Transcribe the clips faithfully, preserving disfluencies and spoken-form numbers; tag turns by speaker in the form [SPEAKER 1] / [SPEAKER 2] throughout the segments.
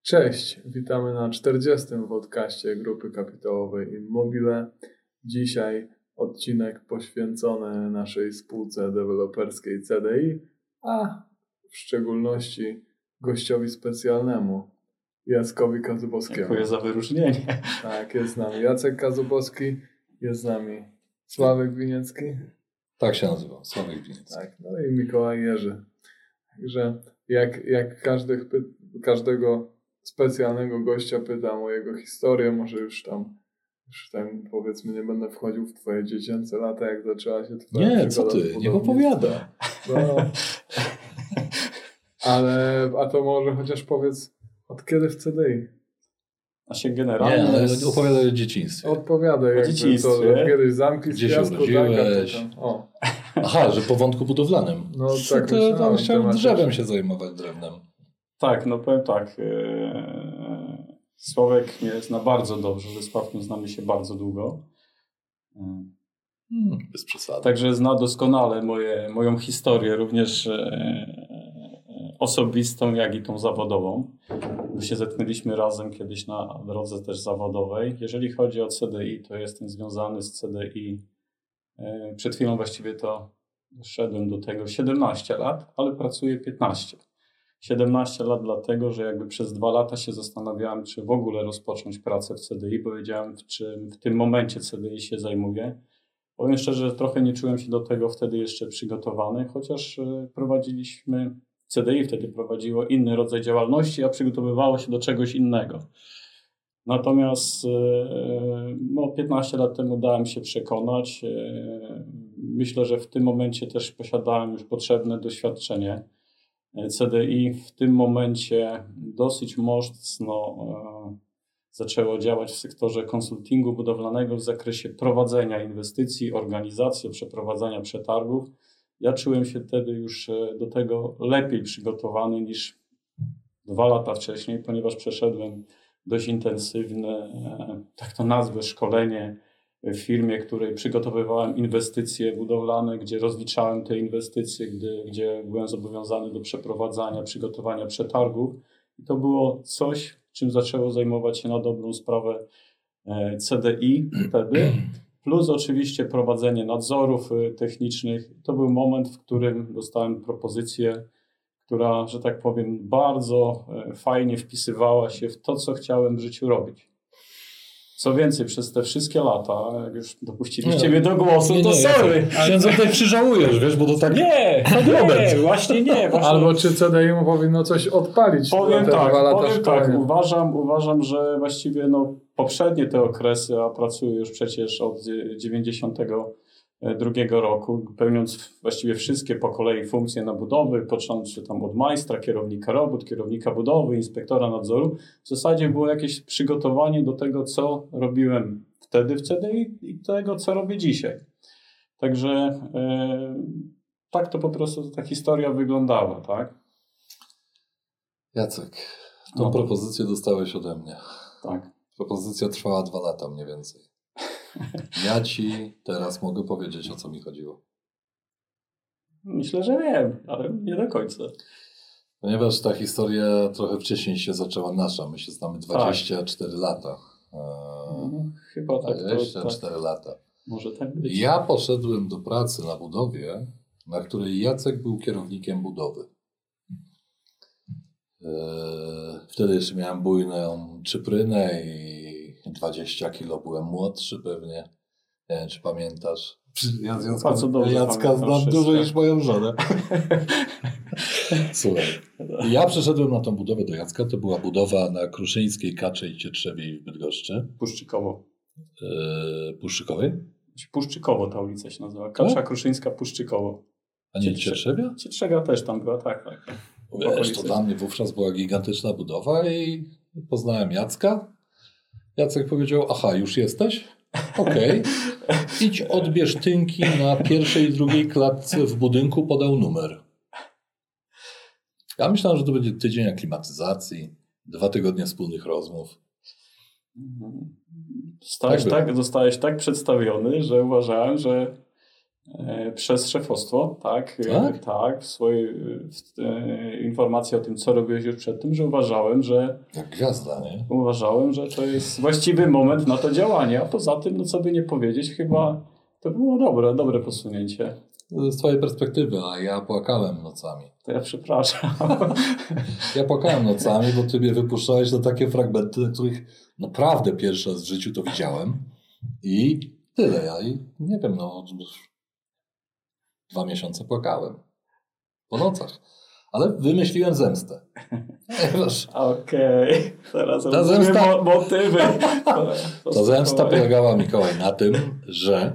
[SPEAKER 1] Cześć, witamy na czterdziestym podcaście Grupy Kapitałowej Immobile. Dzisiaj odcinek poświęcony naszej spółce deweloperskiej C D I, a w szczególności gościowi specjalnemu, Jackowi Kazubowskiemu.
[SPEAKER 2] Dziękuję za wyróżnienie.
[SPEAKER 1] Tak, jest z nami Jacek Kazubowski, jest z nami Sławek Winiecki.
[SPEAKER 3] Tak się nazywa, Sławek Winiecki.
[SPEAKER 1] Tak, no i Mikołaj Jerzy. Także jak, jak każdych, każdego specjalnego gościa pytam o jego historię, może już tam, już tam powiedzmy nie będę wchodził w twoje dziecięce lata, jak zaczęła się twoja
[SPEAKER 3] Nie, co ty, niech opowiada.
[SPEAKER 1] No, ale, a to może chociaż powiedz, od kiedy w C D I?
[SPEAKER 2] A się generalnie...
[SPEAKER 3] Nie, ale opowiadaj o dzieciństwie.
[SPEAKER 1] Odpowiadaj, jakby
[SPEAKER 2] dzieciństwie.
[SPEAKER 1] to, że kiedyś zamki z
[SPEAKER 3] Gdzie się
[SPEAKER 1] piasku,
[SPEAKER 3] urodziłeś?
[SPEAKER 1] tak, a o.
[SPEAKER 3] Aha, że po wątku budowlanym.
[SPEAKER 1] No
[SPEAKER 3] Co
[SPEAKER 1] tak
[SPEAKER 3] to
[SPEAKER 1] myślałem,
[SPEAKER 3] tam chciałem
[SPEAKER 1] tematycznie.
[SPEAKER 3] drzewem się zajmować, drewnem.
[SPEAKER 2] Tak, no powiem tak. Yy, Sławek mnie zna bardzo dobrze, ze Sławkiem znamy się bardzo długo. Yy.
[SPEAKER 3] Hmm, bez przesady.
[SPEAKER 2] Także zna doskonale moje, moją historię, również yy, osobistą, jak i tą zawodową. Bo się zetknęliśmy razem kiedyś na drodze też zawodowej. Jeżeli chodzi o C D I, to jestem związany z C D I. Yy, przed chwilą właściwie to doszedłem do tego siedemnaście lat, ale pracuję piętnaście. siedemnaście lat dlatego, że jakby przez dwa lata się zastanawiałem, czy w ogóle rozpocząć pracę w C D I. Powiedziałem, w czym w tym momencie C D I się zajmuję. Powiem szczerze, że trochę nie czułem się do tego wtedy jeszcze przygotowany, chociaż prowadziliśmy, C D I wtedy prowadziło inny rodzaj działalności, a przygotowywało się do czegoś innego. Natomiast no, piętnaście lat temu dałem się przekonać. Myślę, że w tym momencie też posiadałem już potrzebne doświadczenie. C D I w tym momencie dosyć mocno e, zaczęło działać w sektorze konsultingu budowlanego w zakresie prowadzenia inwestycji, organizacji, przeprowadzania przetargów. Ja czułem się wtedy już do tego lepiej przygotowany niż dwa lata wcześniej, ponieważ przeszedłem dość intensywne, e, tak to nazwę, szkolenie w firmie, której przygotowywałem inwestycje budowlane, gdzie rozliczałem te inwestycje, gdy, gdzie byłem zobowiązany do przeprowadzania, przygotowania przetargów. I to było coś, czym zaczęło zajmować się na dobrą sprawę C D I wtedy. Plus oczywiście prowadzenie nadzorów technicznych. To był moment, w którym dostałem propozycję, która, że tak powiem, bardzo fajnie wpisywała się w to, co chciałem w życiu robić. Co więcej, przez te wszystkie lata, jak już dopuściliście nie, mnie do głosu, nie, to nie, sorry.
[SPEAKER 3] Księdza tutaj przyżałujesz, wiesz, bo to tak...
[SPEAKER 2] Nie, nie, właśnie nie. Właśnie.
[SPEAKER 1] Albo czy C D I mu powinno coś odpalić?
[SPEAKER 2] Powiem
[SPEAKER 1] te
[SPEAKER 2] tak,
[SPEAKER 1] dwa lata
[SPEAKER 2] powiem
[SPEAKER 1] szkolenia.
[SPEAKER 2] tak. Uważam, uważam, że właściwie no, poprzednie te okresy, a pracuję już przecież od dziewięćdziesiątego drugiego roku, pełniąc właściwie wszystkie po kolei funkcje na budowy, począwszy tam od majstra, kierownika robót, kierownika budowy, inspektora nadzoru. W zasadzie było jakieś przygotowanie do tego, co robiłem wtedy w C D I i tego, co robię dzisiaj. Także yy, tak to po prostu ta historia wyglądała, tak?
[SPEAKER 3] Jacek, tą
[SPEAKER 2] no.
[SPEAKER 3] propozycję dostałeś ode mnie.
[SPEAKER 2] Tak.
[SPEAKER 3] Propozycja trwała dwa lata mniej więcej. Ja ci teraz mogę powiedzieć, o co mi chodziło.
[SPEAKER 2] Myślę, że wiem, ale nie do końca.
[SPEAKER 3] Ponieważ ta historia trochę wcześniej się zaczęła nasza. My się znamy dwadzieścia cztery tak. lata.
[SPEAKER 2] Eee, Chyba tak.
[SPEAKER 3] dwadzieścia cztery
[SPEAKER 2] tak.
[SPEAKER 3] lata.
[SPEAKER 2] Może tak być.
[SPEAKER 3] Ja poszedłem do pracy na budowie, na której Jacek był kierownikiem budowy. Eee, wtedy jeszcze miałem bujną czyprynę i dwadzieścia kilo byłem młodszy pewnie. Nie wiem, czy pamiętasz. Ja Jacka, Jacka znam dłużej niż moją żonę. Słuchaj, ja przeszedłem na tą budowę do Jacka. To była budowa na Kruszyńskiej, Kaczej, Cietrzewie w Bydgoszczy.
[SPEAKER 2] Puszczykowo.
[SPEAKER 3] Yy, Puszczykowej?
[SPEAKER 2] Puszczykowo ta ulica się nazywa. Kacza tak? Kruszyńska, Puszczykowo.
[SPEAKER 3] A nie Cietrzewia?
[SPEAKER 2] Cietrzewia też tam była, tak, tak. tak.
[SPEAKER 3] Wiesz, to dla mnie wówczas była gigantyczna budowa i poznałem Jacka. Jacek powiedział, aha, już jesteś? Okej. Okay. Idź odbierz tynki na pierwszej i drugiej klatce w budynku, podał numer. Ja myślałem, że to będzie tydzień aklimatyzacji, dwa tygodnie wspólnych rozmów.
[SPEAKER 2] Zostałeś tak, tak, zostałeś tak przedstawiony, że uważałem, że Przez szefostwo, tak,
[SPEAKER 3] tak,
[SPEAKER 2] tak w swojej w, e, informacji o tym, co robiłeś już przed tym, że uważałem, że
[SPEAKER 3] jak gwiazda, nie?
[SPEAKER 2] Uważałem, że to jest właściwy moment na to działanie, a poza tym, no co by nie powiedzieć, chyba to było dobre, dobre posunięcie.
[SPEAKER 3] Z twojej perspektywy, a ja płakałem nocami.
[SPEAKER 2] To ja przepraszam.
[SPEAKER 3] Ja płakałem nocami, bo ty mnie wypuszczałeś na takie fragmenty, na których naprawdę pierwszy raz w życiu to widziałem i tyle. Ja i nie wiem, no dwa miesiące płakałem po nocach, ale wymyśliłem zemstę.
[SPEAKER 2] Okej, okay. Teraz
[SPEAKER 3] ta
[SPEAKER 2] rozumiem
[SPEAKER 3] zemsta,
[SPEAKER 2] motywy. To, to
[SPEAKER 3] ta zemsta polegała, Mikołaj, na tym, że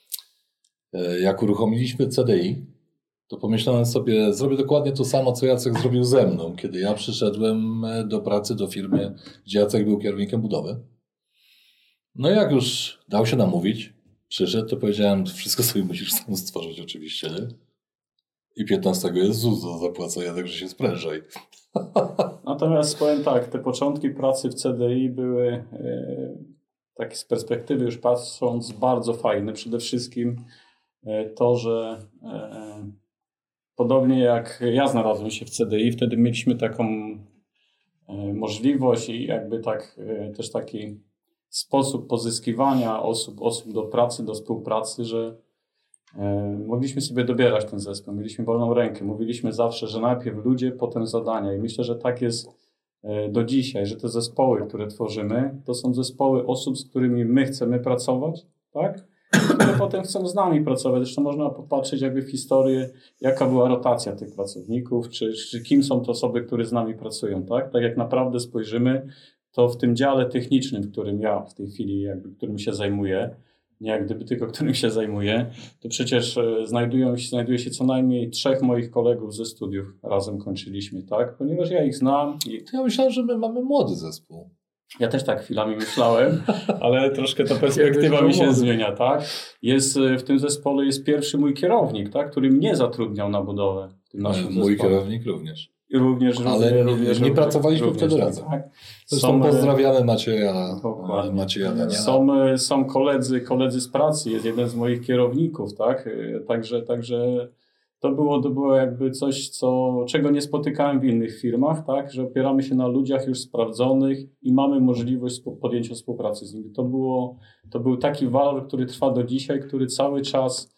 [SPEAKER 3] jak uruchomiliśmy C D I, to pomyślałem sobie, zrobię dokładnie to samo, co Jacek zrobił ze mną, kiedy ja przyszedłem do pracy do firmy, gdzie Jacek był kierownikiem budowy. No i jak już dał się namówić, przyszedł, to powiedziałem, wszystko sobie musisz sam stworzyć oczywiście, nie? I piętnastego jest ZUS do zapłacenia, także się sprężaj.
[SPEAKER 2] Natomiast powiem tak, te początki pracy w C D I były e, tak z perspektywy już patrząc bardzo fajne. Przede wszystkim e, to, że e, podobnie jak ja znalazłem się w C D I, wtedy mieliśmy taką e, możliwość i jakby tak e, też taki sposób pozyskiwania osób, osób do pracy, do współpracy, że e, mogliśmy sobie dobierać ten zespół, mieliśmy wolną rękę, mówiliśmy zawsze, że najpierw ludzie, potem zadania i myślę, że tak jest e, do dzisiaj, że te zespoły, które tworzymy, to są zespoły osób, z którymi my chcemy pracować, tak? Które potem chcą z nami pracować. Zresztą można popatrzeć jakby w historię, jaka była rotacja tych pracowników, czy, czy kim są to osoby, które z nami pracują, tak? Tak jak naprawdę spojrzymy, to w tym dziale technicznym, w którym ja w tej chwili jakby, którym się zajmuję, nie jak gdyby tylko którym się zajmuję, to przecież znajdują się, znajduje się co najmniej trzech moich kolegów ze studiów. Razem kończyliśmy, tak? Ponieważ ja ich znam. I...
[SPEAKER 3] Ja myślałem, że my mamy młody zespół.
[SPEAKER 2] Ja też tak chwilami myślałem, ale troszkę ta perspektywa mi się młody. zmienia, tak? Jest, w tym zespole jest pierwszy mój kierownik, tak? Który mnie zatrudniał na budowę. W tym naszym
[SPEAKER 3] mój
[SPEAKER 2] zespole.
[SPEAKER 3] kierownik również.
[SPEAKER 2] I również,
[SPEAKER 3] ale
[SPEAKER 2] również,
[SPEAKER 3] nie,
[SPEAKER 2] również,
[SPEAKER 3] nie pracowaliśmy
[SPEAKER 2] również,
[SPEAKER 3] wtedy
[SPEAKER 2] tak,
[SPEAKER 3] razem.
[SPEAKER 2] Tak.
[SPEAKER 3] Zresztą
[SPEAKER 2] są,
[SPEAKER 3] pozdrawiamy Macieja, Macieja Daniela.
[SPEAKER 2] Są, są koledzy, koledzy z pracy, jest jeden z moich kierowników, tak? Także, także to było, to było jakby coś, co, czego nie spotykałem w innych firmach, tak? Że opieramy się na ludziach już sprawdzonych i mamy możliwość podjęcia współpracy z nimi. To, było, to był taki walor, który trwa do dzisiaj, który cały czas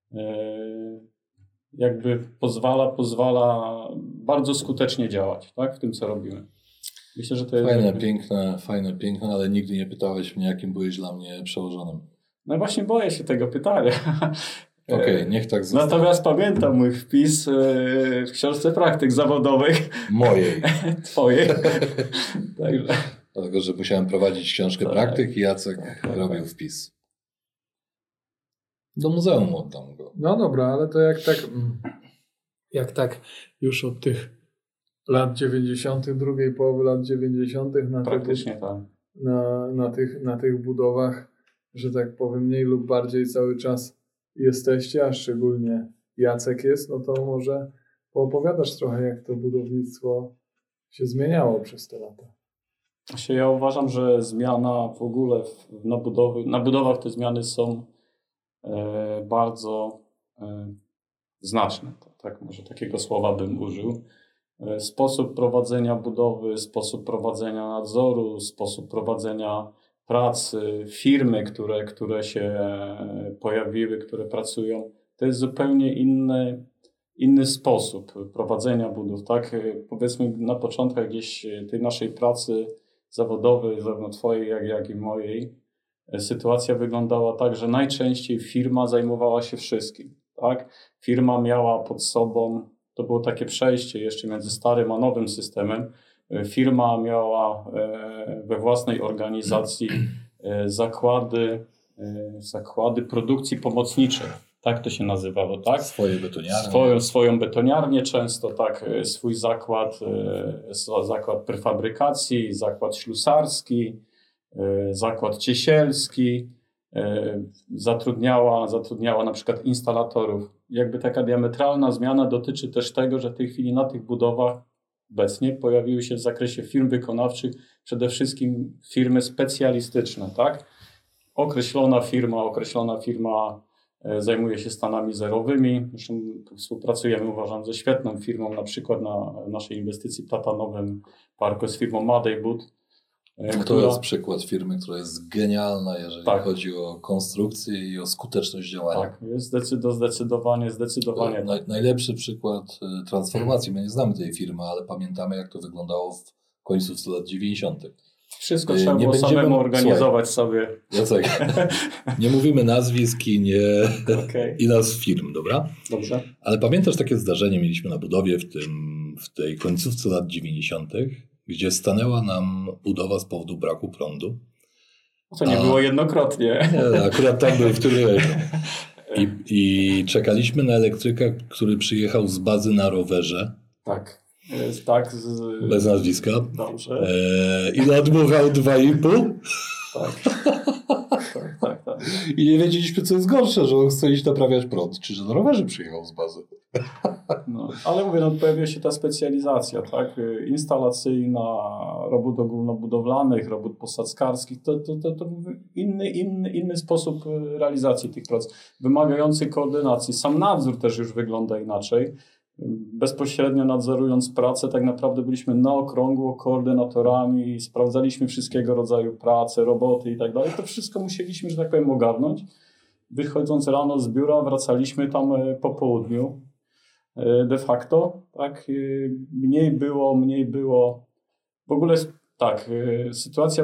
[SPEAKER 2] e, jakby pozwala, pozwala bardzo skutecznie działać, tak? W tym, co robimy. Myślę, że to jest...
[SPEAKER 3] Fajne,
[SPEAKER 2] jakby...
[SPEAKER 3] piękne, fajne, piękne, ale nigdy nie pytałeś mnie, jakim byłeś dla mnie przełożonym.
[SPEAKER 2] No właśnie boję się tego pytania.
[SPEAKER 3] Okej, okay, niech tak zostanie.
[SPEAKER 2] Natomiast pamiętam mój wpis w książce praktyk zawodowych.
[SPEAKER 3] Mojej.
[SPEAKER 2] Twojej. Także...
[SPEAKER 3] Dlatego, że musiałem prowadzić książkę tak. praktyk i Jacek tak, robił tak. wpis. Do muzeum oddam go.
[SPEAKER 1] No dobra, ale to jak tak jak tak już od tych lat dziewięćdziesiątych, drugiej połowy lat dziewięćdziesiątych na,
[SPEAKER 2] Praktycznie tak.
[SPEAKER 1] na, na, tych, na tych budowach, że tak powiem, mniej lub bardziej cały czas jesteście, a szczególnie Jacek jest, no to może poopowiadasz trochę, jak to budownictwo się zmieniało przez te lata.
[SPEAKER 2] Ja uważam, że zmiana w ogóle na, budowy, na budowach te zmiany są e, bardzo e, znaczne. Tak, może takiego słowa bym użył. E, sposób prowadzenia budowy, sposób prowadzenia nadzoru, sposób prowadzenia pracy, firmy, które, które się pojawiły, które pracują, to jest zupełnie inny, inny sposób prowadzenia budów. Tak? Powiedzmy na początkach gdzieś tej naszej pracy zawodowej, zarówno twojej, jak, jak i mojej, sytuacja wyglądała tak, że najczęściej firma zajmowała się wszystkim. Tak? Firma miała pod sobą, to było takie przejście jeszcze między starym a nowym systemem. Firma miała we własnej organizacji zakłady, zakłady produkcji produkcji tak to się nazywało, tak?
[SPEAKER 3] Swoje betoniarnie.
[SPEAKER 2] Swoją, swoją betoniarnię często, tak, swój zakład, zakład prefabrykacji, zakład ślusarski, zakład ciesielski, zatrudniała, zatrudniała na przykład instalatorów. Jakby taka diametralna zmiana dotyczy też tego, że w tej chwili na tych budowach obecnie pojawiły się w zakresie firm wykonawczych przede wszystkim firmy specjalistyczne, tak? Określona firma, określona firma Zajmuje się stanami zerowymi. Zresztą współpracujemy, uważam, ze świetną firmą, na przykład na naszej inwestycji Platanowym Parku z firmą Madejbud.
[SPEAKER 3] To która... jest przykład firmy, która jest genialna, jeżeli tak. chodzi o konstrukcję i o skuteczność działania.
[SPEAKER 2] Tak, jest zdecyd- zdecydowanie, zdecydowanie.
[SPEAKER 3] Naj, najlepszy przykład transformacji. My nie znamy tej firmy, ale pamiętamy, jak to wyglądało w końcówce lat dziewięćdziesiątych.
[SPEAKER 2] Wszystko trzeba było będziemy... samemu organizować Słuchaj, sobie.
[SPEAKER 3] Jacek, nie mówimy nazwisk i, nie... okay. i nazw firm, dobra?
[SPEAKER 2] Dobrze.
[SPEAKER 3] Ale pamiętasz takie zdarzenie mieliśmy na budowie w, tym, w tej końcówce lat dziewięćdziesiątych, gdzie stanęła nam budowa z powodu braku prądu.
[SPEAKER 2] To nie A... było jednokrotnie.
[SPEAKER 3] Nie, akurat tam był w tyle. I, I czekaliśmy na elektryka, który przyjechał z bazy na rowerze.
[SPEAKER 2] Tak. Jest tak. Z...
[SPEAKER 3] Bez nazwiska.
[SPEAKER 2] Dobrze.
[SPEAKER 3] E, I nadmuchał dwa i pół.
[SPEAKER 2] Tak. tak, tak, tak.
[SPEAKER 3] I nie wiedzieliśmy, co jest gorsze, że on chce iść naprawiać prąd, czy że na rowerze przyjechał z bazy.
[SPEAKER 2] No, ale mówię, no, pojawia się ta specjalizacja, tak? Instalacyjna, robót ogólnobudowlanych, robót posadzkarskich. To, to, to, to inny, inny, inny sposób realizacji tych prac, wymagający koordynacji. Sam nadzór też już wygląda inaczej. Bezpośrednio nadzorując pracę, tak naprawdę byliśmy na okrągło koordynatorami, sprawdzaliśmy wszystkiego rodzaju prace, roboty i tak dalej. To wszystko musieliśmy, że tak powiem, ogarnąć. Wychodząc rano z biura, wracaliśmy tam po południu. De facto, tak, mniej było, mniej było. W ogóle tak, sytuacja...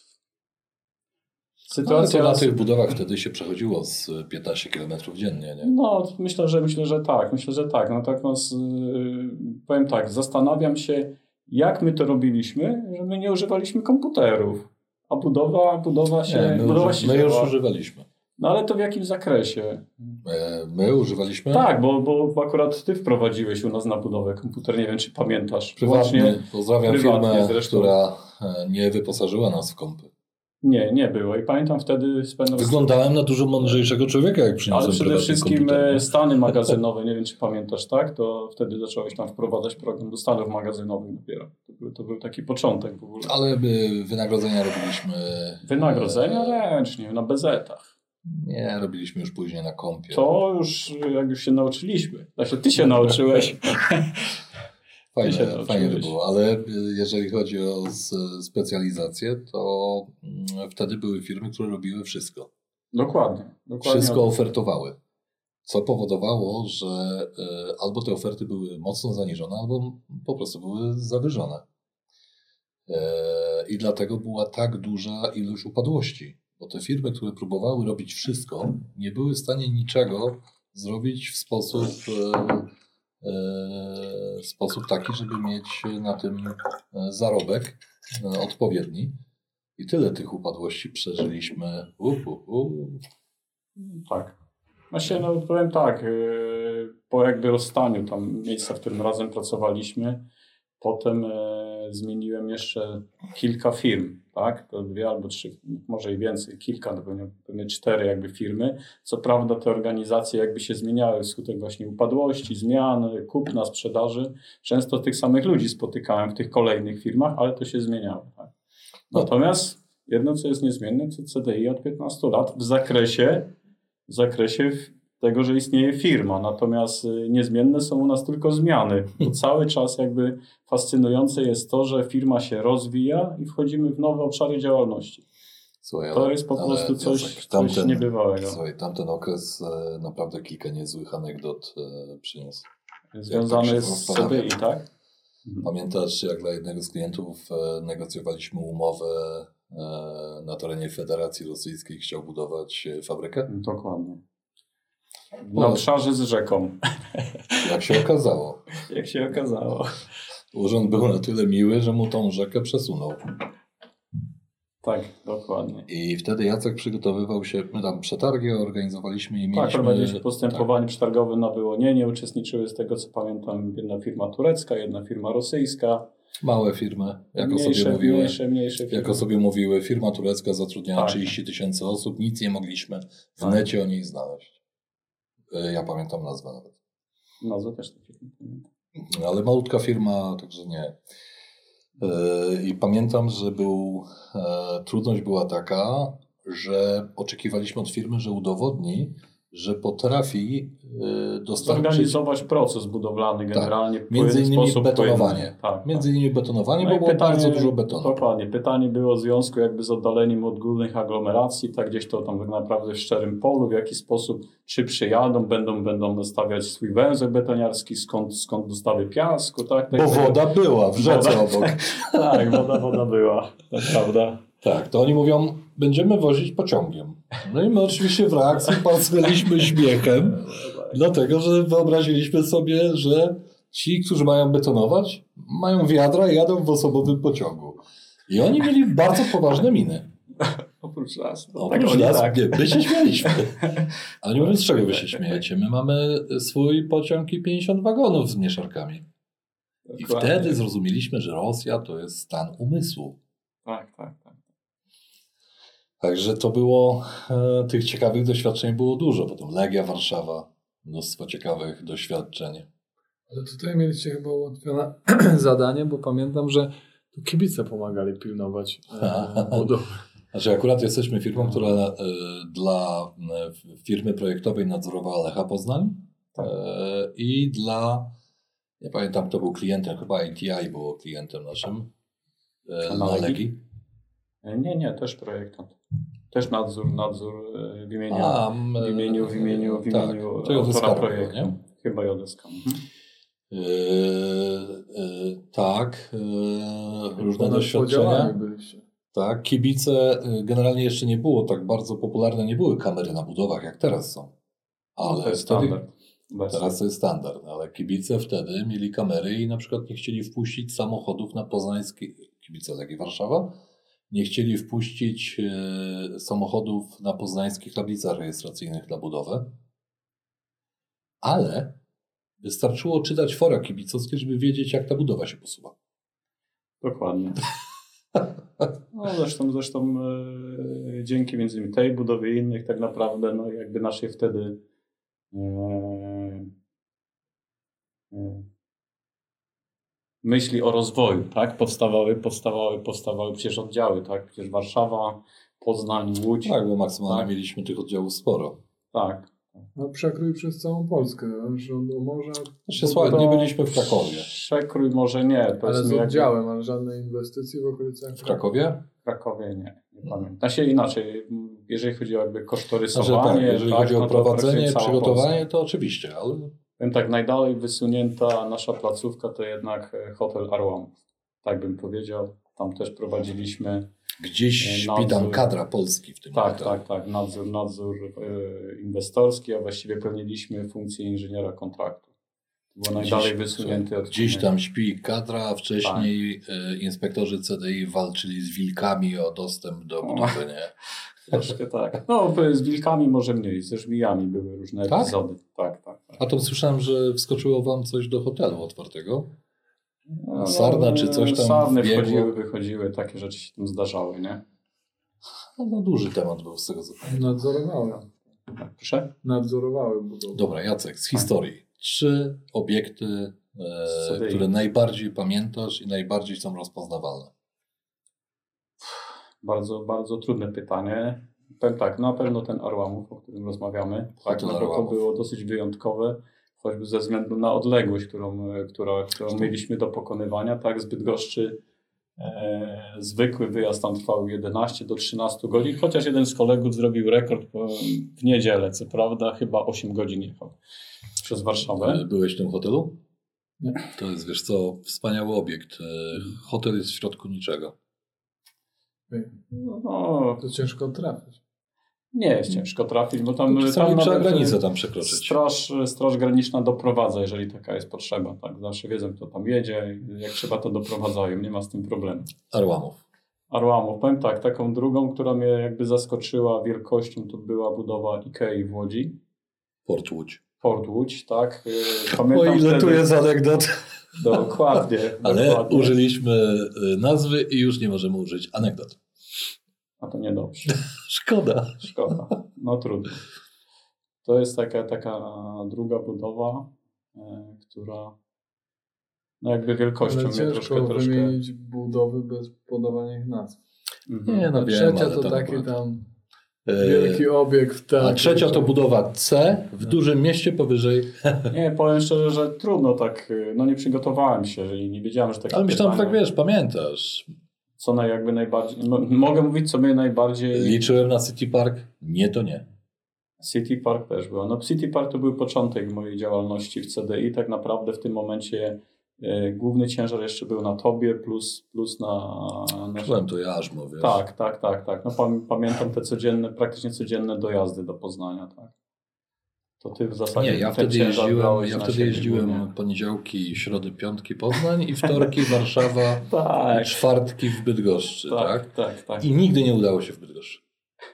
[SPEAKER 3] Sytuacja no, to na tych budowach wtedy się przechodziło z piętnaście kilometrów dziennie, nie?
[SPEAKER 2] No, myślę, że myślę, że tak. Myślę, że tak. No tak, no, powiem tak, zastanawiam się, jak my to robiliśmy, że my nie używaliśmy komputerów, a budowa, budowa się...
[SPEAKER 3] Nie, my,
[SPEAKER 2] budowa
[SPEAKER 3] uży-
[SPEAKER 2] się
[SPEAKER 3] my już
[SPEAKER 2] działa.
[SPEAKER 3] używaliśmy.
[SPEAKER 2] No ale to w jakim zakresie?
[SPEAKER 3] My używaliśmy?
[SPEAKER 2] Tak, bo, bo akurat ty wprowadziłeś u nas na budowę komputer, nie wiem czy pamiętasz.
[SPEAKER 3] Prywatnie, pozdrawiam
[SPEAKER 2] prywatnie
[SPEAKER 3] firmę,
[SPEAKER 2] zresztą.
[SPEAKER 3] która nie wyposażyła nas w kompy.
[SPEAKER 2] Nie, nie było. I pamiętam wtedy... Spędzam...
[SPEAKER 3] Wyglądałem na dużo mądrzejszego człowieka, jak przyniosłem
[SPEAKER 2] Ale przede wszystkim
[SPEAKER 3] komputer.
[SPEAKER 2] stany magazynowe, nie wiem czy pamiętasz, tak? To wtedy zacząłeś tam wprowadzać program do stanów magazynowych dopiero. To był, to był taki początek w ogóle.
[SPEAKER 3] Ale my wynagrodzenia robiliśmy...
[SPEAKER 2] Wynagrodzenia ręcznie, na bezetach.
[SPEAKER 3] Nie, robiliśmy już później na kompie.
[SPEAKER 2] To już, jak już się nauczyliśmy. Znaczy ty się nauczyłeś.
[SPEAKER 3] Fajnie, fajnie by było, ale jeżeli chodzi o specjalizację, to wtedy były firmy, które robiły wszystko.
[SPEAKER 2] Dokładnie. dokładnie.
[SPEAKER 3] Wszystko ofertowały. Co powodowało, że albo te oferty były mocno zaniżone, albo po prostu były zawyżone. I dlatego była tak duża ilość upadłości. Bo te firmy, które próbowały robić wszystko, nie były w stanie niczego zrobić w sposób... w sposób taki, żeby mieć na tym zarobek odpowiedni. I tyle tych upadłości przeżyliśmy. Uh, uh, uh.
[SPEAKER 2] Tak. Właśnie, no powiem tak, po jakby rozstaniu tam miejsca, w którym razem pracowaliśmy, potem zmieniłem jeszcze kilka firm, tak? To dwie albo trzy, może i więcej, kilka, no pewnie, pewnie cztery jakby firmy. Co prawda te organizacje jakby się zmieniały wskutek właśnie upadłości, zmian, kupna, sprzedaży. Często tych samych ludzi spotykałem w tych kolejnych firmach, ale to się zmieniało. Tak? Natomiast jedno, co jest niezmienne, to C D I od piętnastu lat w zakresie, w zakresie tego, że istnieje firma, natomiast niezmienne są u nas tylko zmiany. To cały czas jakby fascynujące jest to, że firma się rozwija i wchodzimy w nowe obszary działalności.
[SPEAKER 3] Słuchaj,
[SPEAKER 2] to jest po prostu coś, Jacek, tamten, coś niebywałego.
[SPEAKER 3] Słuchaj, tamten okres e, naprawdę kilka niezłych anegdot e, przyniósł.
[SPEAKER 2] Związany tak z C D I, tak?
[SPEAKER 3] Pamiętasz, jak dla jednego z klientów e, negocjowaliśmy umowę e, na terenie Federacji Rosyjskiej, chciał budować fabrykę?
[SPEAKER 2] Dokładnie. Na obszarze z rzeką.
[SPEAKER 3] Jak się okazało.
[SPEAKER 2] Jak się okazało.
[SPEAKER 3] Urząd był na tyle miły, że mu tą rzekę przesunął.
[SPEAKER 2] Tak, dokładnie.
[SPEAKER 3] I wtedy Jacek przygotowywał się, my tam przetargi organizowaliśmy i mieliśmy...
[SPEAKER 2] Tak, prowadziliśmy postępowanie tak. przetargowe na Wyłonienie. Uczestniczyły z tego, co pamiętam, jedna firma turecka, jedna firma rosyjska.
[SPEAKER 3] Małe firmy, jak
[SPEAKER 2] mniejsze,
[SPEAKER 3] sobie mówiły,
[SPEAKER 2] mniejsze, mniejsze firmy.
[SPEAKER 3] Jak sobie mówiły, firma turecka zatrudniała
[SPEAKER 2] tak.
[SPEAKER 3] trzydzieści tysięcy osób, nic nie mogliśmy w tak. necie o niej znaleźć. Ja pamiętam nazwę nawet.
[SPEAKER 2] Nazwę też takiej pamiętam.
[SPEAKER 3] Ale malutka firma, także nie. I pamiętam, że był, trudność była taka, że oczekiwaliśmy od firmy, że udowodni, że potrafi y, dostarczyć...
[SPEAKER 2] Zorganizować proces budowlany generalnie.
[SPEAKER 3] Tak. Między innymi
[SPEAKER 2] sposób
[SPEAKER 3] betonowanie.
[SPEAKER 2] Tak,
[SPEAKER 3] Między
[SPEAKER 2] tak.
[SPEAKER 3] innymi betonowanie,
[SPEAKER 2] No
[SPEAKER 3] bo
[SPEAKER 2] i
[SPEAKER 3] było
[SPEAKER 2] pytanie,
[SPEAKER 3] bardzo dużo betonu.
[SPEAKER 2] Dokładnie. Pytanie było w związku jakby z oddaleniem od głównych aglomeracji, tak gdzieś to tam tak naprawdę w szczerym polu, w jaki sposób, czy przyjadą, będą, będą stawiać swój węzeł betoniarski, skąd, skąd dostawy piasku. Tak, tak,
[SPEAKER 3] Bo
[SPEAKER 2] tak.
[SPEAKER 3] woda była w rzece
[SPEAKER 2] Woda.
[SPEAKER 3] obok.
[SPEAKER 2] Tak, woda, woda była. To prawda.
[SPEAKER 3] Tak, to oni mówią, będziemy wozić pociągiem. No i my oczywiście w reakcji parsknęliśmy śmiechem, dlatego że wyobraziliśmy sobie, że ci, którzy mają betonować, mają wiadra i jadą w osobowym pociągu. I oni mieli bardzo poważne miny.
[SPEAKER 2] Oprócz nas. No,
[SPEAKER 3] Oprócz
[SPEAKER 2] tak,
[SPEAKER 3] nas,
[SPEAKER 2] tak.
[SPEAKER 3] nie, my się śmialiśmy. A oni mówią, z czego wy się śmiejecie? My mamy swój pociąg i pięćdziesiąt wagonów z mieszarkami. I
[SPEAKER 2] Dokładnie.
[SPEAKER 3] wtedy zrozumieliśmy, że Rosja to jest stan umysłu.
[SPEAKER 2] Tak, tak, tak.
[SPEAKER 3] Także to było, e, tych ciekawych doświadczeń było dużo. Potem Legia Warszawa, mnóstwo ciekawych doświadczeń.
[SPEAKER 1] Ale tutaj mieliście chyba ułatwione zadanie, bo pamiętam, że tu kibice pomagali pilnować e, budowy.
[SPEAKER 3] Znaczy akurat jesteśmy firmą, która e, dla e, firmy projektowej nadzorowała Lecha Poznań
[SPEAKER 2] Tak.
[SPEAKER 3] e, i dla, nie pamiętam kto był klientem, chyba I T I było klientem naszym e,
[SPEAKER 2] A
[SPEAKER 3] na
[SPEAKER 2] na Legii?
[SPEAKER 3] Legii.
[SPEAKER 2] Nie, nie, też projektant. Też nadzór, nadzór e, w imieniu,
[SPEAKER 3] A,
[SPEAKER 2] w imieniu, w imieniu, w
[SPEAKER 3] tak,
[SPEAKER 2] imieniu
[SPEAKER 3] to J S K
[SPEAKER 2] autora
[SPEAKER 3] było,
[SPEAKER 2] projektu.
[SPEAKER 3] nie?
[SPEAKER 2] Chyba J S K. Mhm.
[SPEAKER 3] Yy, yy, tak, yy, różne
[SPEAKER 1] Ponad
[SPEAKER 3] doświadczenia.
[SPEAKER 1] podziałami byliście.
[SPEAKER 3] Tak, kibice, yy, generalnie jeszcze nie było tak bardzo popularne, nie były kamery na budowach jak teraz są. Ale
[SPEAKER 2] To jest
[SPEAKER 3] wtedy,
[SPEAKER 2] standard. Bez.
[SPEAKER 3] teraz to jest standard, ale kibice wtedy mieli kamery i na przykład nie chcieli wpuścić samochodów na poznańskie, kibice Legii Warszawa, nie chcieli wpuścić yy, samochodów na poznańskich tablicach rejestracyjnych na budowę, ale wystarczyło czytać fora kibicowskie, żeby wiedzieć, jak ta budowa się posuwa.
[SPEAKER 2] Dokładnie. No zresztą, zresztą e, dzięki między innymi tej budowie i innych tak naprawdę no jakby naszej wtedy e, e, myśli o rozwoju, tak? Powstawały, powstawały, powstawały przecież oddziały, tak? Przecież Warszawa, Poznań, Łódź.
[SPEAKER 3] Tak, bo maksymalnie
[SPEAKER 2] Tak.
[SPEAKER 3] mieliśmy tych oddziałów sporo.
[SPEAKER 2] Tak.
[SPEAKER 1] No przekrój przez całą Polskę, że do morza.
[SPEAKER 3] Znaczy, słuchaj, nie byliśmy w Krakowie.
[SPEAKER 2] Przekrój może nie.
[SPEAKER 1] Ale z
[SPEAKER 2] powiedzmy jakby-
[SPEAKER 1] oddziałem, ale żadnej inwestycji w okolicach.
[SPEAKER 3] W Krakowie?
[SPEAKER 2] W Krakowie nie, nie pamiętam. Znaczy inaczej, jeżeli chodzi o jakby
[SPEAKER 3] Znaczy
[SPEAKER 2] kosztorysowanie,
[SPEAKER 3] tak, jeżeli
[SPEAKER 2] tak,
[SPEAKER 3] chodzi o
[SPEAKER 2] no to
[SPEAKER 3] prowadzenie,
[SPEAKER 2] praktycznie cała
[SPEAKER 3] przygotowanie,
[SPEAKER 2] Polska.
[SPEAKER 3] to oczywiście, ale
[SPEAKER 2] Powiem tak, najdalej wysunięta nasza placówka to jednak e, hotel Arłamów. Tak bym powiedział. Tam też prowadziliśmy.
[SPEAKER 3] gdzieś
[SPEAKER 2] E,
[SPEAKER 3] śpi tam
[SPEAKER 2] nadzór.
[SPEAKER 3] kadra Polski w tym
[SPEAKER 2] Tak,
[SPEAKER 3] hotelu.
[SPEAKER 2] tak, tak. Nadzór, nadzór e, inwestorski, a właściwie pełniliśmy funkcję inżyniera kontraktu. To było najdalej
[SPEAKER 3] Gdzieś-
[SPEAKER 2] wysunięty od
[SPEAKER 3] Gdzieś tam śpi kadra, a wcześniej
[SPEAKER 2] Tak.
[SPEAKER 3] e, inspektorzy C D I walczyli z wilkami o dostęp do budowy, nie?
[SPEAKER 2] Troszkę tak. No, z wilkami może mniej, ze żmijami były różne
[SPEAKER 3] Tak?
[SPEAKER 2] epizody. Tak, tak. tak.
[SPEAKER 3] A to słyszałem, że wskoczyło wam coś do hotelu otwartego.
[SPEAKER 2] No,
[SPEAKER 3] Sarna czy coś tam
[SPEAKER 2] Sarny
[SPEAKER 3] wbiegło?
[SPEAKER 2] wchodziły, wychodziły, takie rzeczy się tam zdarzały, nie?
[SPEAKER 3] No, no duży temat był z tego co pamiętam.
[SPEAKER 1] Nadzorowały.
[SPEAKER 2] Proszę?
[SPEAKER 1] Nadzorowały budowę.
[SPEAKER 3] Dobra, Jacek, z historii. Trzy obiekty, e,
[SPEAKER 2] Z C D I.
[SPEAKER 3] które najbardziej pamiętasz i najbardziej są rozpoznawalne.
[SPEAKER 2] Bardzo, bardzo trudne pytanie. Powiem tak, na pewno ten Arłamów, o którym rozmawiamy, tak,
[SPEAKER 3] Hotel
[SPEAKER 2] no bo to
[SPEAKER 3] Arłamów.
[SPEAKER 2] było dosyć wyjątkowe, choćby ze względu na odległość, którą, e, która, którą mieliśmy do pokonywania, tak, z Bydgoszczy e, zwykły wyjazd tam trwał jedenaście do trzynastu godzin, chociaż jeden z kolegów zrobił rekord po, w niedzielę, co prawda, chyba osiem godzin jechał przez Warszawę.
[SPEAKER 3] E, Byłeś w tym hotelu?
[SPEAKER 1] Nie.
[SPEAKER 3] To jest, wiesz co, wspaniały obiekt. E, Hotel jest w środku niczego.
[SPEAKER 2] No,
[SPEAKER 1] To ciężko trafić.
[SPEAKER 2] nie jest ciężko trafić, bo tam,
[SPEAKER 3] Czasami
[SPEAKER 2] tam
[SPEAKER 3] trzeba
[SPEAKER 2] nawet
[SPEAKER 3] granicę tam przekroczyć.
[SPEAKER 2] Straż, straż Graniczna doprowadza, jeżeli taka jest potrzeba. Tak? Zawsze wiedzą, kto tam jedzie, jak trzeba, to doprowadzają, nie ma z tym problemu.
[SPEAKER 3] Arłamów.
[SPEAKER 2] Arłamów, powiem tak, taką drugą, która mnie jakby zaskoczyła wielkością, to była budowa Ikei w Łodzi,
[SPEAKER 3] Port Łódź.
[SPEAKER 2] Port Łódź, tak. Yy,
[SPEAKER 3] O
[SPEAKER 2] Pamiętam
[SPEAKER 3] ile tu
[SPEAKER 2] wtedy-
[SPEAKER 3] jest anegdot.
[SPEAKER 2] Dokładnie.
[SPEAKER 3] Ale
[SPEAKER 2] dokładnie.
[SPEAKER 3] użyliśmy y, nazwy i już nie możemy użyć anegdot.
[SPEAKER 2] A to niedobrze.
[SPEAKER 3] Szkoda.
[SPEAKER 2] Szkoda. No trudno. To jest taka, taka druga budowa, e, która no jakby wielkością
[SPEAKER 1] Ale
[SPEAKER 2] mnie
[SPEAKER 1] ciężko
[SPEAKER 2] troszkę, troszkę...
[SPEAKER 1] wymienić budowy bez podawania ich nazw.
[SPEAKER 2] Mhm.
[SPEAKER 3] Nie, no
[SPEAKER 1] A
[SPEAKER 3] wiem,
[SPEAKER 1] trzecia
[SPEAKER 3] ale
[SPEAKER 1] to
[SPEAKER 3] tam
[SPEAKER 1] takie
[SPEAKER 3] akurat-
[SPEAKER 1] tam Wielki obiekt, tak.
[SPEAKER 3] A trzecia to budowa C w dużym mieście powyżej.
[SPEAKER 2] Nie, powiem szczerze, że trudno tak, no nie przygotowałem się i nie wiedziałem, że takie
[SPEAKER 3] Ale myślałem,
[SPEAKER 2] pytania,
[SPEAKER 3] tak wiesz, pamiętasz.
[SPEAKER 2] co na jakby najbardziej, no, mogę mówić, co mnie najbardziej...
[SPEAKER 3] Liczyłem na City Park? Nie, to nie.
[SPEAKER 2] City Park też było. No City Park to był początek mojej działalności w C D I. Tak naprawdę w tym momencie e, główny ciężar jeszcze był na tobie plus, plus na... na...
[SPEAKER 3] Czułem to jarzmo, wiesz.
[SPEAKER 2] Tak, tak, tak, tak. No pam- pamiętam te codzienne, praktycznie codzienne dojazdy do Poznania, tak. To ty w zasadzie
[SPEAKER 3] Nie, ja
[SPEAKER 2] ten
[SPEAKER 3] wtedy
[SPEAKER 2] ciężar
[SPEAKER 3] jeździłem,
[SPEAKER 2] brałeś
[SPEAKER 3] ja
[SPEAKER 2] na
[SPEAKER 3] wtedy
[SPEAKER 2] siebie
[SPEAKER 3] jeździłem
[SPEAKER 2] głównie.
[SPEAKER 3] poniedziałki, środy, piątki Poznań i wtorki Warszawa,
[SPEAKER 2] Tak,
[SPEAKER 3] i czwartki w Bydgoszczy, tak?
[SPEAKER 2] tak, tak, tak.
[SPEAKER 3] I nigdy nie udało się w Bydgoszczy.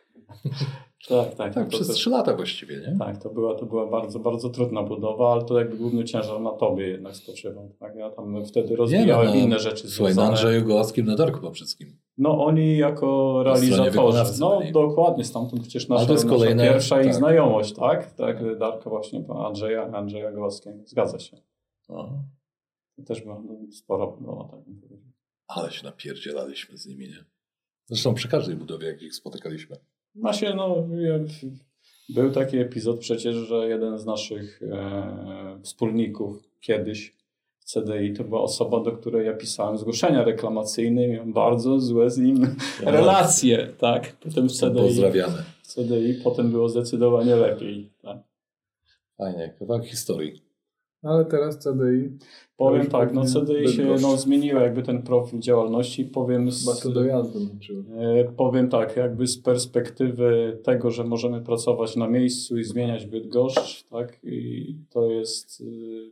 [SPEAKER 2] Tak, tak.
[SPEAKER 3] Tak,
[SPEAKER 2] to
[SPEAKER 3] przez
[SPEAKER 2] też-
[SPEAKER 3] trzy lata właściwie, nie?
[SPEAKER 2] Tak, to była, to była bardzo, bardzo trudna budowa, ale to jakby główny ciężar na tobie jednak spoczywał. Tak? Ja tam wtedy rozwijałem
[SPEAKER 3] no,
[SPEAKER 2] inne rzeczy
[SPEAKER 3] Słuchaj, na
[SPEAKER 2] związane.
[SPEAKER 3] Andrzeju Gołackim, na Darku Poprzeckim.
[SPEAKER 2] No oni jako
[SPEAKER 3] stronie
[SPEAKER 2] realizatorzy.
[SPEAKER 3] wykonawcy
[SPEAKER 2] No
[SPEAKER 3] byli.
[SPEAKER 2] dokładnie, stamtąd przecież
[SPEAKER 3] Ale
[SPEAKER 2] nasza,
[SPEAKER 3] to jest
[SPEAKER 2] nasza
[SPEAKER 3] kolejne-
[SPEAKER 2] pierwsza ich
[SPEAKER 3] tak.
[SPEAKER 2] znajomość, tak? Tak, Darka właśnie, pana Andrzeja, Andrzeja Gołackiego. Zgadza się.
[SPEAKER 3] No.
[SPEAKER 2] To też była no, spora budowa, tak bym powiedział.
[SPEAKER 3] Ale się napierdzielaliśmy z nimi, nie? Zresztą przy każdej budowie, jak ich spotykaliśmy.
[SPEAKER 2] Właśnie, no, ja- był taki epizod przecież, że jeden z naszych e, wspólników kiedyś w C D I to była osoba, do której ja pisałem zgłoszenia reklamacyjne, miałem bardzo złe z nim
[SPEAKER 3] Ja
[SPEAKER 2] relacje, tak. Potem w C D I,
[SPEAKER 3] Pozdrawiamy.
[SPEAKER 2] w C D I potem było zdecydowanie lepiej, tak.
[SPEAKER 3] Fajnie, kawałek historii.
[SPEAKER 1] Ale teraz C D I
[SPEAKER 2] Powiem
[SPEAKER 1] już
[SPEAKER 2] tak, no
[SPEAKER 1] pewnie
[SPEAKER 2] C D I się
[SPEAKER 1] Bydgoszcz.
[SPEAKER 2] no, zmieniło jakby ten profil działalności, powiem z,
[SPEAKER 1] chyba to dojazdu męczyło.
[SPEAKER 2] E, Powiem tak, jakby z perspektywy tego, że możemy pracować na miejscu i zmieniać Bydgoszcz, tak, i to jest y,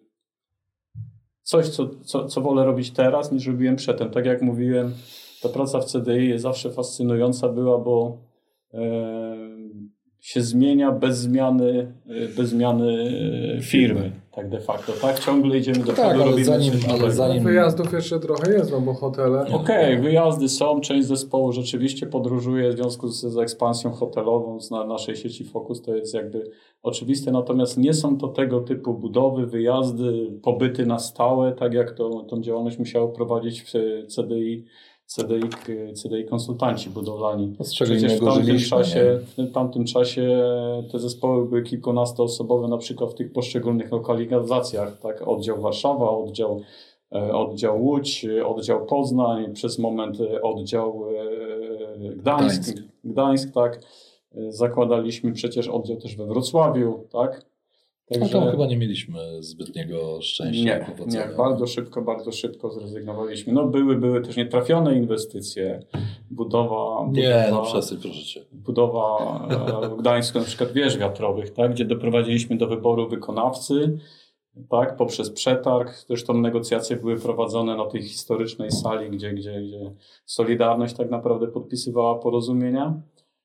[SPEAKER 2] coś, co, co, co wolę robić teraz, niż robiłem przedtem. Tak jak mówiłem, ta praca w C D I jest zawsze fascynująca była, bo e, się zmienia bez zmiany, e, bez zmiany e, firmy, tak de facto, tak? Ciągle idziemy do
[SPEAKER 3] Tak,
[SPEAKER 2] przodu,
[SPEAKER 3] ale
[SPEAKER 2] robimy
[SPEAKER 3] zanim-
[SPEAKER 2] coś
[SPEAKER 3] ale
[SPEAKER 2] nowego.
[SPEAKER 3] zanim-
[SPEAKER 1] Wyjazdów jeszcze trochę jest, no bo hotele.
[SPEAKER 2] Okej, wyjazdy są, część zespołu rzeczywiście podróżuje w związku z, z ekspansją hotelową z na, naszej sieci Focus, to jest jakby oczywiste, natomiast nie są to tego typu budowy, wyjazdy, pobyty na stałe, tak jak to, tą działalność musiało prowadzić w C D I, C D I, C D I konsultanci budowlani.
[SPEAKER 3] Z czego
[SPEAKER 2] Przecież w
[SPEAKER 3] innego
[SPEAKER 2] tamtym,
[SPEAKER 3] żyliśmy,
[SPEAKER 2] czasie, w tamtym czasie te zespoły były kilkunastoosobowe, na przykład w tych poszczególnych lokalizacjach, tak? Oddział Warszawa, oddział e, oddział Łódź, e, oddział Poznań, przez moment e, oddział e, Gdańsk,
[SPEAKER 3] Gdańsk.
[SPEAKER 2] Gdańsk, tak. E, Zakładaliśmy przecież oddział też we Wrocławiu, tak.
[SPEAKER 3] No tam chyba nie mieliśmy zbytniego szczęścia. i
[SPEAKER 2] nie,
[SPEAKER 3] powodzenia.
[SPEAKER 2] nie, bardzo szybko, bardzo szybko zrezygnowaliśmy. No były, były też nietrafione inwestycje, budowa,
[SPEAKER 3] Nie,
[SPEAKER 2] budowa,
[SPEAKER 3] no przestań, proszę cię.
[SPEAKER 2] budowa e, w Gdańsku na przykład wież wiatrowych, tak, gdzie doprowadziliśmy do wyboru wykonawcy, tak, poprzez przetarg. Zresztą negocjacje były prowadzone na tej historycznej sali, gdzie, gdzie, gdzie Solidarność tak naprawdę podpisywała porozumienia.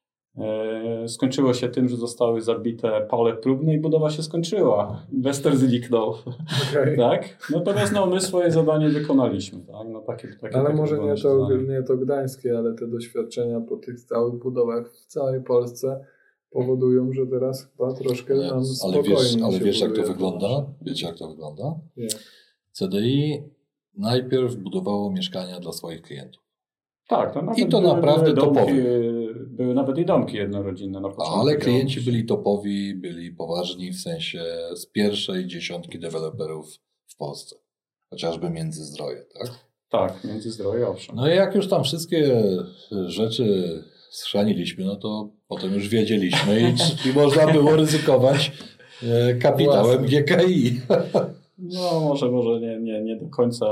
[SPEAKER 2] E, skończyło się tym, że zostały zabite pale próbne i budowa się skończyła. Inwestor zniknął.
[SPEAKER 1] Okej.
[SPEAKER 2] Tak? Natomiast no, my swoje zadanie wykonaliśmy. Tak? No, takie, takie,
[SPEAKER 1] Ale
[SPEAKER 2] takie
[SPEAKER 1] może
[SPEAKER 2] było
[SPEAKER 1] nie
[SPEAKER 2] nasze
[SPEAKER 1] to,
[SPEAKER 2] zadanie.
[SPEAKER 1] nie to gdańskie, ale te doświadczenia po tych całych budowach w całej Polsce powodują, że teraz chyba troszkę
[SPEAKER 3] Ale,
[SPEAKER 1] nam
[SPEAKER 3] ale
[SPEAKER 1] spokojniej
[SPEAKER 3] wiesz, ale
[SPEAKER 1] się
[SPEAKER 3] wiesz jak to
[SPEAKER 1] buduje.
[SPEAKER 3] wygląda? Wiecie jak to wygląda?
[SPEAKER 1] Nie.
[SPEAKER 3] C D I najpierw budowało mieszkania dla swoich klientów.
[SPEAKER 2] Tak, to nawet
[SPEAKER 3] I to
[SPEAKER 2] były,
[SPEAKER 3] naprawdę
[SPEAKER 2] były domki,
[SPEAKER 3] topowe.
[SPEAKER 2] Były nawet i domki jednorodzinne na początku.
[SPEAKER 3] Ale klienci
[SPEAKER 2] działalności.
[SPEAKER 3] byli topowi, byli poważni, w sensie z pierwszej dziesiątki deweloperów w Polsce. Chociażby Międzyzdroje, tak?
[SPEAKER 2] Tak, Międzyzdroje, owszem.
[SPEAKER 3] No i jak już tam wszystkie rzeczy schrzaniliśmy, no to potem już wiedzieliśmy i, i można było ryzykować e, kapitałem
[SPEAKER 1] Własnym.
[SPEAKER 3] G K I.
[SPEAKER 2] No może, może nie, nie, nie do końca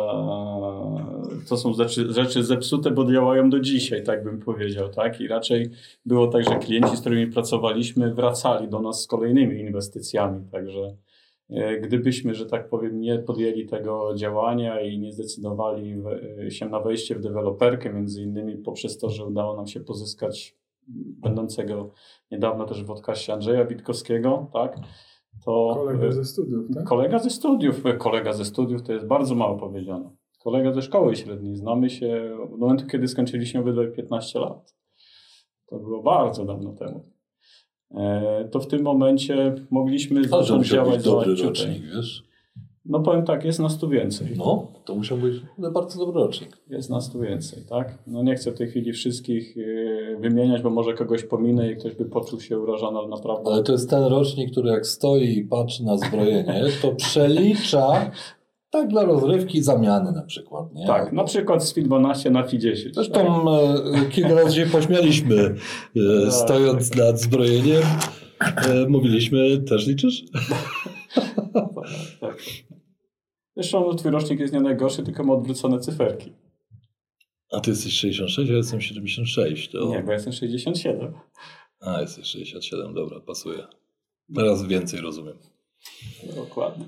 [SPEAKER 2] to są rzeczy, rzeczy zepsute, bo działają do dzisiaj, tak bym powiedział, tak? I raczej było tak, że klienci, z którymi pracowaliśmy, wracali do nas z kolejnymi inwestycjami, także e, gdybyśmy, że tak powiem, nie podjęli tego działania i nie zdecydowali we- się na wejście w deweloperkę, między innymi poprzez to, że udało nam się pozyskać będącego niedawno też w podcaście Andrzeja Witkowskiego, tak? To
[SPEAKER 1] Kolega ze studiów, tak?
[SPEAKER 2] Kolega ze studiów. Kolega ze studiów to jest bardzo mało powiedziane. Kolega ze szkoły średniej. Znamy się od momentu, kiedy skończyliśmy obydwaj piętnaście lat. To było bardzo dawno temu. E, to w tym momencie mogliśmy
[SPEAKER 3] Ale to
[SPEAKER 2] zacząć
[SPEAKER 3] musiał być
[SPEAKER 2] działać
[SPEAKER 3] dobry
[SPEAKER 2] za
[SPEAKER 3] rocznik, wiesz?
[SPEAKER 2] No powiem tak, jest nas tu więcej.
[SPEAKER 3] No, to musiał być bardzo dobry rocznik.
[SPEAKER 2] Jest nas tu więcej, tak? No nie chcę w tej chwili wszystkich yy, wymieniać, bo może kogoś pominę i ktoś by poczuł się urażony, ale naprawdę...
[SPEAKER 3] Ale to jest ten rocznik, który jak stoi i patrzy na zbrojenie, to przelicza tak dla rozrywki zamiany na przykład. Nie?
[SPEAKER 2] Tak, na przykład z F I dwanaście na F I dziesięć.
[SPEAKER 3] Zresztą tak? e, kilka razy się pośmialiśmy, e, stojąc nad zbrojeniem. E, mówiliśmy, też liczysz?
[SPEAKER 2] tak, tak. Zresztą twój rocznik jest nie najgorszy, tylko ma odwrócone cyferki.
[SPEAKER 3] A ty jesteś sześćdziesiąt sześć, a ja jestem siedemdziesiąt sześć. To...
[SPEAKER 2] Nie, bo ja jestem sześćdziesiąt siedem.
[SPEAKER 3] A, jesteś sześćdziesiąt siedem, dobra, pasuje. Teraz więcej rozumiem.
[SPEAKER 2] Dokładnie.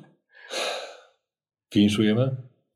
[SPEAKER 3] Finiszujemy?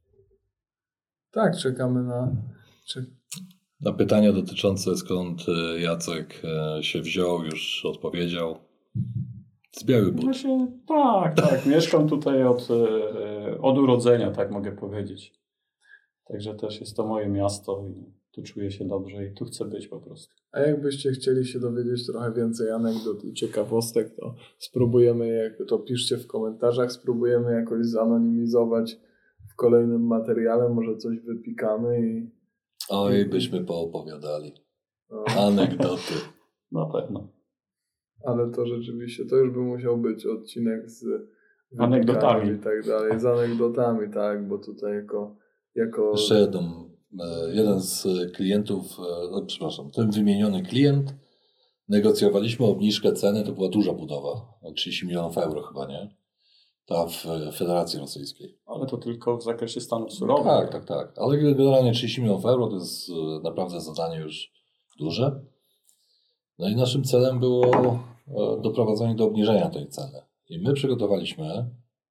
[SPEAKER 1] Tak, czekamy na... Czy...
[SPEAKER 3] Na pytania dotyczące skąd Jacek się wziął, już odpowiedział. Z Białych Bód.
[SPEAKER 2] Właśnie, tak, tak. Mieszkam tutaj od, od urodzenia, tak mogę powiedzieć. Także też jest to moje miasto i tu czuję się dobrze i tu chcę być po prostu.
[SPEAKER 1] A jakbyście chcieli się dowiedzieć trochę więcej anegdot i ciekawostek, to spróbujemy, jak to piszcie w komentarzach, spróbujemy jakoś zanonimizować w kolejnym materiale, może coś wypikamy i...
[SPEAKER 3] Oj, byśmy poopowiadali. No. Anegdoty.
[SPEAKER 2] Na pewno.
[SPEAKER 1] Ale to rzeczywiście, to już by musiał być odcinek z
[SPEAKER 2] anegdotami
[SPEAKER 1] i tak dalej, z anegdotami, tak, bo tutaj jako... jako...
[SPEAKER 3] Jeszcze jedną, jeden z klientów, no, przepraszam, ten wymieniony klient, negocjowaliśmy obniżkę ceny, to była duża budowa, trzydzieści milionów euro chyba, nie? Ta w Federacji Rosyjskiej.
[SPEAKER 2] Ale to tylko w zakresie Stanów Surowych.
[SPEAKER 3] Tak, tak, tak. Ale generalnie trzydzieści milionów euro to jest naprawdę zadanie już duże. No i naszym celem było doprowadzenie do obniżenia tej ceny. I my przygotowaliśmy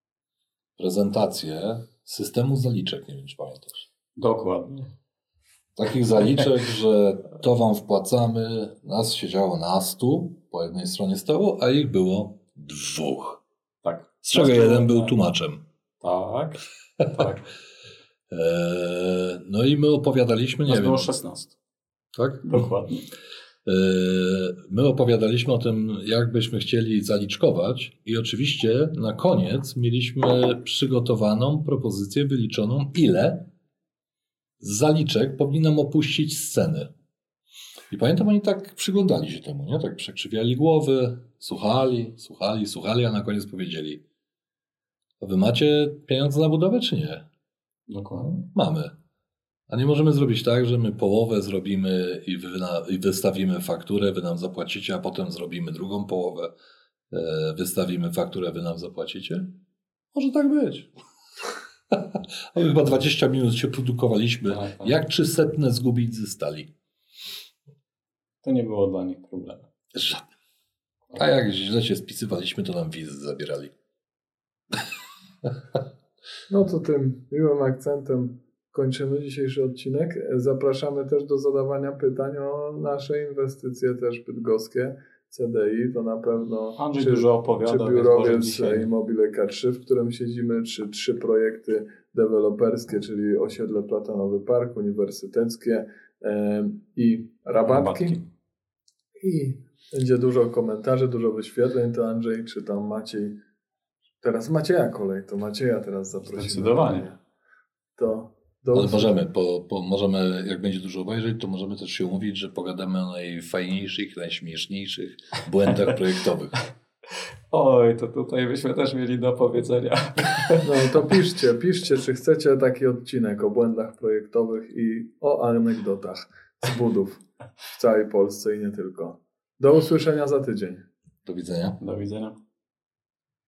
[SPEAKER 3] prezentację systemu zaliczek, nie wiem czy pamiętasz.
[SPEAKER 2] Dokładnie.
[SPEAKER 3] Takich zaliczek, że to wam wpłacamy, nas siedziało na stu po jednej stronie stołu, a ich było dwóch.
[SPEAKER 2] Tak.
[SPEAKER 3] Z czego jeden był tłumaczem.
[SPEAKER 2] Tak, tak.
[SPEAKER 3] Eee, no i my opowiadaliśmy, nie
[SPEAKER 2] Nas
[SPEAKER 3] wiem.
[SPEAKER 2] było szesnaście.
[SPEAKER 3] Tak?
[SPEAKER 2] Dokładnie.
[SPEAKER 3] Eee, my opowiadaliśmy o tym, jak byśmy chcieli zaliczkować i oczywiście na koniec mieliśmy przygotowaną propozycję wyliczoną, ile z zaliczek powinnam opuścić sceny. I pamiętam, oni tak przyglądali się temu, nie? Tak przekrzywiali głowy, słuchali, słuchali, słuchali, a na koniec powiedzieli: a wy macie pieniądze na budowę, czy nie?
[SPEAKER 2] Dokładnie.
[SPEAKER 3] Mamy. A nie możemy zrobić tak, że my połowę zrobimy i, wy na, i wystawimy fakturę, wy nam zapłacicie, a potem zrobimy drugą połowę, e, wystawimy fakturę, wy nam zapłacicie? Może tak być. A my chyba dwadzieścia minut się produkowaliśmy.
[SPEAKER 2] Tak, tak.
[SPEAKER 3] Jak trzysetne zgubić ze stali?
[SPEAKER 2] To nie było dla nich problemu.
[SPEAKER 3] Żadnym. A jak źle się spisywaliśmy, to nam wizy zabierali.
[SPEAKER 1] No to tym miłym akcentem kończymy dzisiejszy odcinek. Zapraszamy też do zadawania pytań o nasze inwestycje też bydgoskie, C D I. To na pewno
[SPEAKER 2] Andrzej
[SPEAKER 1] czy,
[SPEAKER 2] dużo opowiada,
[SPEAKER 1] czy biurowiec Immobile K trzy, w którym siedzimy, czy trzy projekty deweloperskie, czyli osiedle Platanowy Park, uniwersyteckie e, i rabatki. rabatki. I będzie dużo komentarzy, dużo wyświetleń. To Andrzej, czy tam Maciej. Teraz Macieja kolej, to Macieja teraz zaprosimy.
[SPEAKER 2] Zdecydowanie.
[SPEAKER 1] To do
[SPEAKER 3] Ale możemy, po, po, możemy, jak będzie dużo obejrzeć, to możemy też się umówić, że pogadamy o najfajniejszych, najśmieszniejszych błędach projektowych.
[SPEAKER 2] Oj, to tutaj byśmy też mieli do powiedzenia.
[SPEAKER 1] No to piszcie, piszcie, czy chcecie taki odcinek o błędach projektowych i o anegdotach z budów w całej Polsce i nie tylko. Do usłyszenia za tydzień.
[SPEAKER 3] Do widzenia.
[SPEAKER 2] Do widzenia.